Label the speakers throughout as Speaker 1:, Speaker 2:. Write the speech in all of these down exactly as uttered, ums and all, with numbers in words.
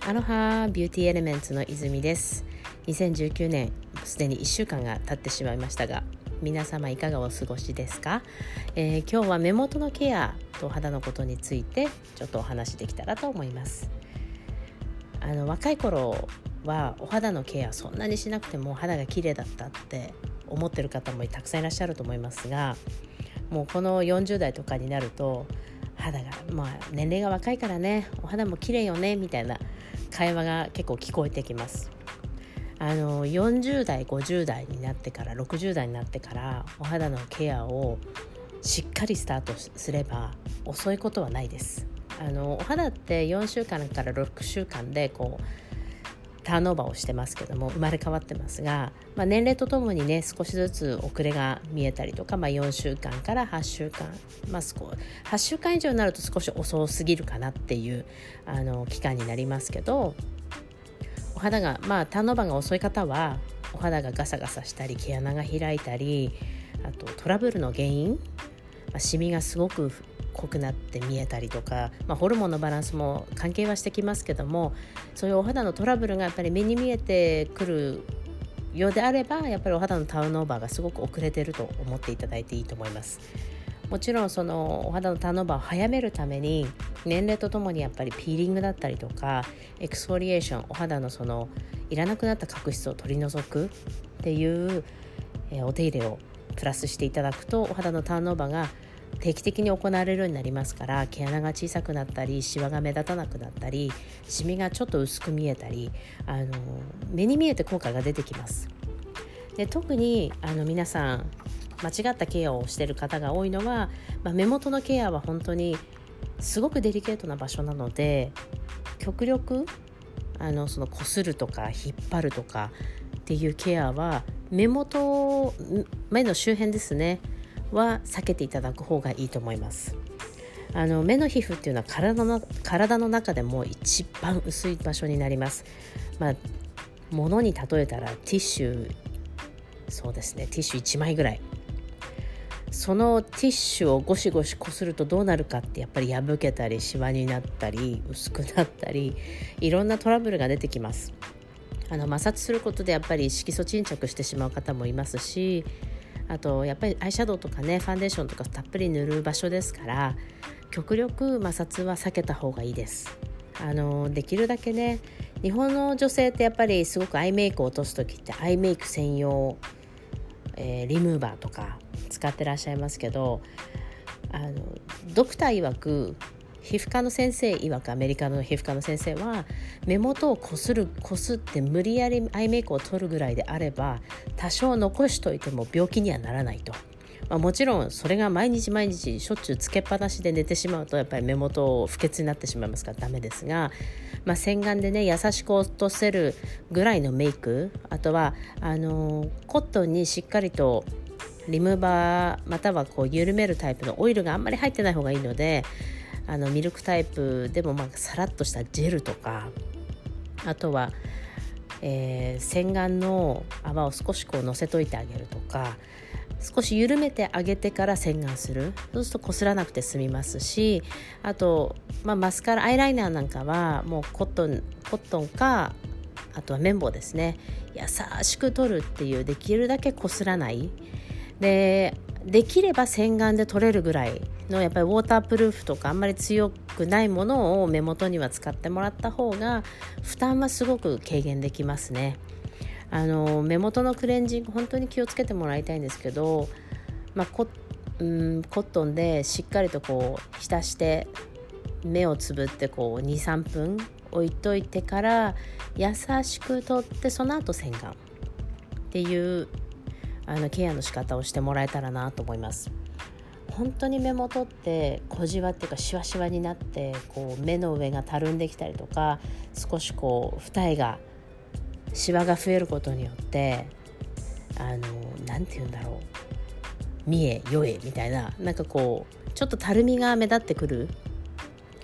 Speaker 1: アロハビューティーエレメンツの泉です。にせんじゅうきゅうねんすでにいっしゅうかんが経ってしまいましたが、皆様いかがお過ごしですか？えー、今日は目元のケアと肌のことについてちょっとお話できたらと思います。あの若い頃はお肌のケアそんなにしなくても肌が綺麗だったって思ってる方もたくさんいらっしゃると思いますが、もうこのよんじゅう代とかになると肌が、まあ、年齢が若いからね、お肌も綺麗よねみたいな会話が結構聞こえてきます。あのよんじゅう代ごじゅう代になってからろくじゅう代になってからお肌のケアをしっかりスタートすれば遅いことはないです。あのお肌ってよんしゅうかんからろくしゅうかんでこうターンオーバーをしてますけども、生まれ変わってますが、まあ、年齢とともにね少しずつ遅れが見えたりとか、まあ、よんしゅうかんからはっしゅうかん、まあ、はっしゅうかん以上になると少し遅すぎるかなっていうあの期間になりますけど、お肌が、まあ、ターンオーバーが遅い方はお肌がガサガサしたり毛穴が開いたり、あとトラブルの原因、まあ、シミがすごく濃くなって見えたりとか、まあ、ホルモンのバランスも関係はしてきますけども、そういうお肌のトラブルがやっぱり目に見えてくるようであれば、やっぱりお肌のターンオーバーがすごく遅れていると思っていただいていいと思います。もちろんそのお肌のターンオーバーを早めるために年齢とともにやっぱりピーリングだったりとかエクスフォリエーション、お肌のそのいらなくなった角質を取り除くっていう、えー、お手入れをプラスしていただくと、お肌のターンオーバーが定期的に行われるようになりますから、毛穴が小さくなったりシワが目立たなくなったり、シミがちょっと薄く見えたり、あの目に見えて効果が出てきます。で特にあの皆さん間違ったケアをしている方が多いのは、まあ、目元のケアは本当にすごくデリケートな場所なので、極力あのその擦るとか引っ張るとかっていうケアは目元、目の周辺ですねは避けていただく方がいいと思います。あの目の皮膚っていうのは体の、体の中でも一番薄い場所になります。まあ、物に例えたらティッシュ、そうですね、ティッシュいちまいぐらい、そのティッシュをゴシゴシこするとどうなるかって、やっぱり破けたりシワになったり薄くなったり、いろんなトラブルが出てきます。あの摩擦することでやっぱり色素沈着してしまう方もいますし、あとやっぱりアイシャドウとかねファンデーションとかたっぷり塗る場所ですから、極力摩擦は避けた方がいいです。あのできるだけね、日本の女性ってやっぱりすごくアイメイクを落とすときってアイメイク専用、えー、リムーバーとか使ってらっしゃいますけど、あのドクター曰く、皮膚科の先生曰く、アメリカの皮膚科の先生は目元をこするこすって無理やりアイメイクを取るぐらいであれば多少残しといても病気にはならないと。まあ、もちろんそれが毎日毎日しょっちゅうつけっぱなしで寝てしまうとやっぱり目元不潔になってしまいますからダメですが、まあ、洗顔でね優しく落とせるぐらいのメイク、あとはあのー、コットンにしっかりとリムーバーまたはこう緩めるタイプのオイルがあんまり入ってない方がいいので、あのミルクタイプでもまあさらっとしたジェルとか、あとは、えー、洗顔の泡を少しこう乗せといてあげるとか、少し緩めてあげてから洗顔する、そうするとこすらなくて済みますし、あと、まあ、マスカラアイライナーなんかはもうコットンコットンか、あとは綿棒ですね、優しく取るっていう、できるだけこすらないで、できれば洗顔で取れるぐらいのやっぱりウォータープルーフとかあんまり強くないものを目元には使ってもらった方が負担はすごく軽減できますね。あの目元のクレンジング本当に気をつけてもらいたいんですけど、まあ、コ, うんコットンでしっかりとこう浸して目をつぶってこう にさんぷん置いといてから優しく取って、その後洗顔っていうあのケアの仕方をしてもらえたらなと思います。本当に目元って小じわっていうかシワシワになって、こう目の上がたるんできたりとか、少しこう二重がシワが増えることによって、あのなんて言うんだろう、見えよえみたいな、なんかこうちょっとたるみが目立ってくる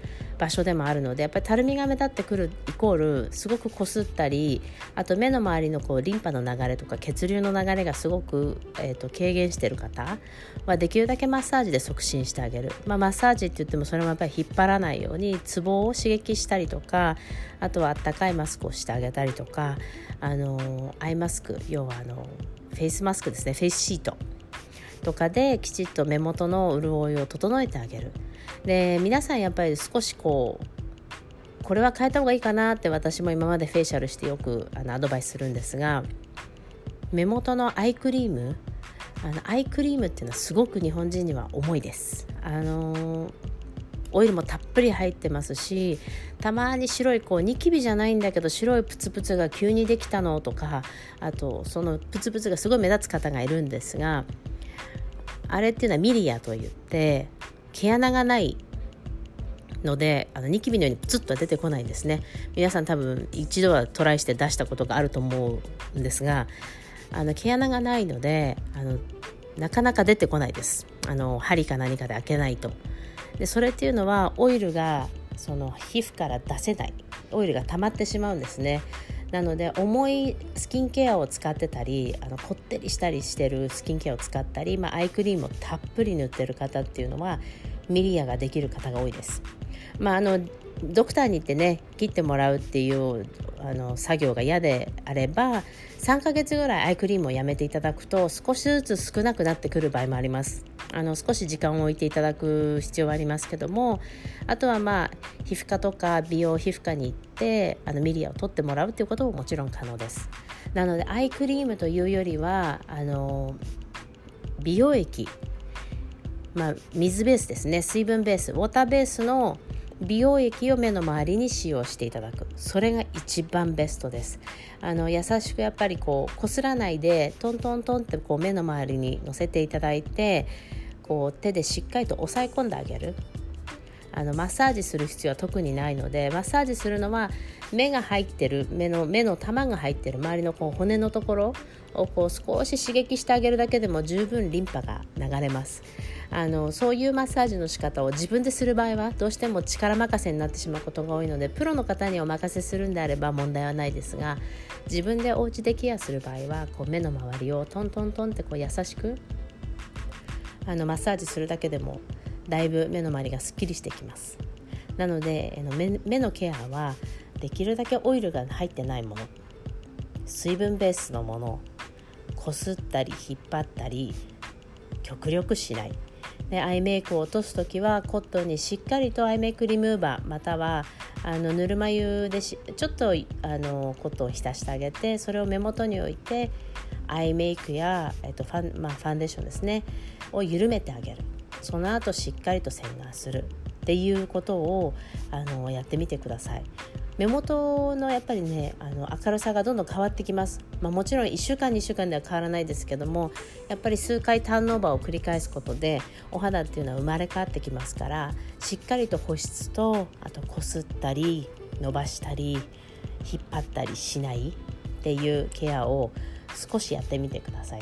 Speaker 1: 場所でもあるので、やっぱりたるみが目立ってくるイコールすごくこすったり、あと目の周りのこうリンパの流れとか血流の流れがすごく、えー、と軽減している方はできるだけマッサージで促進してあげる、まあ、マッサージって言ってもそれもやっぱり引っ張らないようにツボを刺激したりとか、あとはあったかいマスクをしてあげたりとか、あのアイマスク、要はあのフェイスマスクですね、フェイスシートとかできちっと目元の潤いを整えてあげる。で、皆さんやっぱり少しこうこれは変えた方がいいかなって、私も今までフェイシャルしてよくあのアドバイスするんですが、目元のアイクリーム、あのアイクリームっていうのはすごく日本人には重いです。あのーオイルもたっぷり入ってますし、たまに白いこうニキビじゃないんだけど白いプツプツが急にできたのとか、あとそのプツプツがすごい目立つ方がいるんですが、あれっていうのはミリアといって毛穴がないので、あのニキビのようにプツッとは出てこないんですね。皆さん多分一度はトライして出したことがあると思うんですが、あの毛穴がないのであのなかなか出てこないです。あの針か何かで開けないと。でそれっていうのはオイルがその皮膚から出せない、オイルが溜まってしまうんですね。なので重いスキンケアを使ってたり、あのこってりしたりしてるスキンケアを使ったり、まあ、アイクリームをたっぷり塗ってる方っていうのはミリアができる方が多いです。まあ、あのドクターに行ってね切ってもらうっていうあの作業が嫌であれば、さんかげつぐらいアイクリームをやめていただくと少しずつ少なくなってくる場合もあります。あの少し時間を置いていただく必要はありますけども、あとはまあ皮膚科とか美容皮膚科に行ってあのミリアを取ってもらうということももちろん可能です。なのでアイクリームというよりはあの美容液、まあ、水ベースですね、水分ベース、ウォーターベースの美容液を目の周りに使用していただく、それが一番ベストです。あの優しくやっぱりこうこすらないでトントントンってこう目の周りに乗せていただいて、こう手でしっかりと押さえ込んであげる。あのマッサージする必要は特にないので、マッサージするのは目が入ってる目の目の玉が入ってる周りのこう骨のところをこう少し刺激してあげるだけでも十分リンパが流れます。あのそういうマッサージの仕方を自分でする場合はどうしても力任せになってしまうことが多いので、プロの方にお任せするんであれば問題はないですが、自分でお家でケアする場合はこう目の周りをトントントンってこう優しくあのマッサージするだけでもだいぶ目の周りがすっきりしてきます。なのであの 目, 目のケアはできるだけオイルが入ってないもの、水分ベースのもの、こすったり引っ張ったり極力しないで、アイメイクを落とすときはコットンにしっかりとアイメイクリムーバーまたはあのぬるま湯でしちょっとあのコットンを浸してあげて、それを目元に置いてアイメイクや、えっとファンまあ、ファンデーションですねを緩めてあげる。その後しっかりと洗顔するっていうことをあのやってみてください。目元のやっぱりねあの明るさがどんどん変わってきます。まあ、もちろんいっしゅうかんにしゅうかんでは変わらないですけども、やっぱり数回ターンオーバーを繰り返すことでお肌っていうのは生まれ変わってきますから、しっかりと保湿とあとこすったり伸ばしたり引っ張ったりしないっていうケアを少しやってみてください。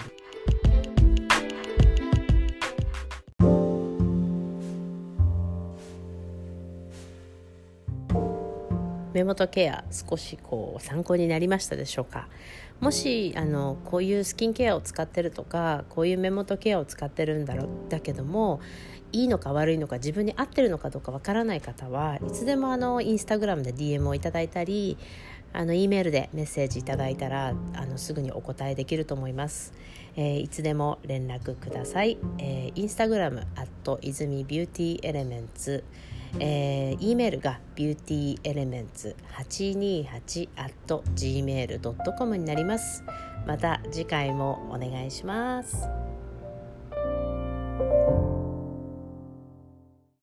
Speaker 1: 目元ケア少しこう参考になりましたでしょうか。もしあのこういうスキンケアを使ってるとか、こういう目元ケアを使ってるんだろうだけどもいいのか悪いのか自分に合ってるのかどうかわからない方はいつでもあのインスタグラムで ディーエム をいただいたり、あの E メールでメッセージいただいたらあのすぐにお答えできると思います。えー、いつでも連絡ください。えー、インスタグラムアット泉ビューティーエレメンツ、えー、E メールが ビューティーエレメンツはちにーはちアットジーメールドットコム になります。また次回もお願いします。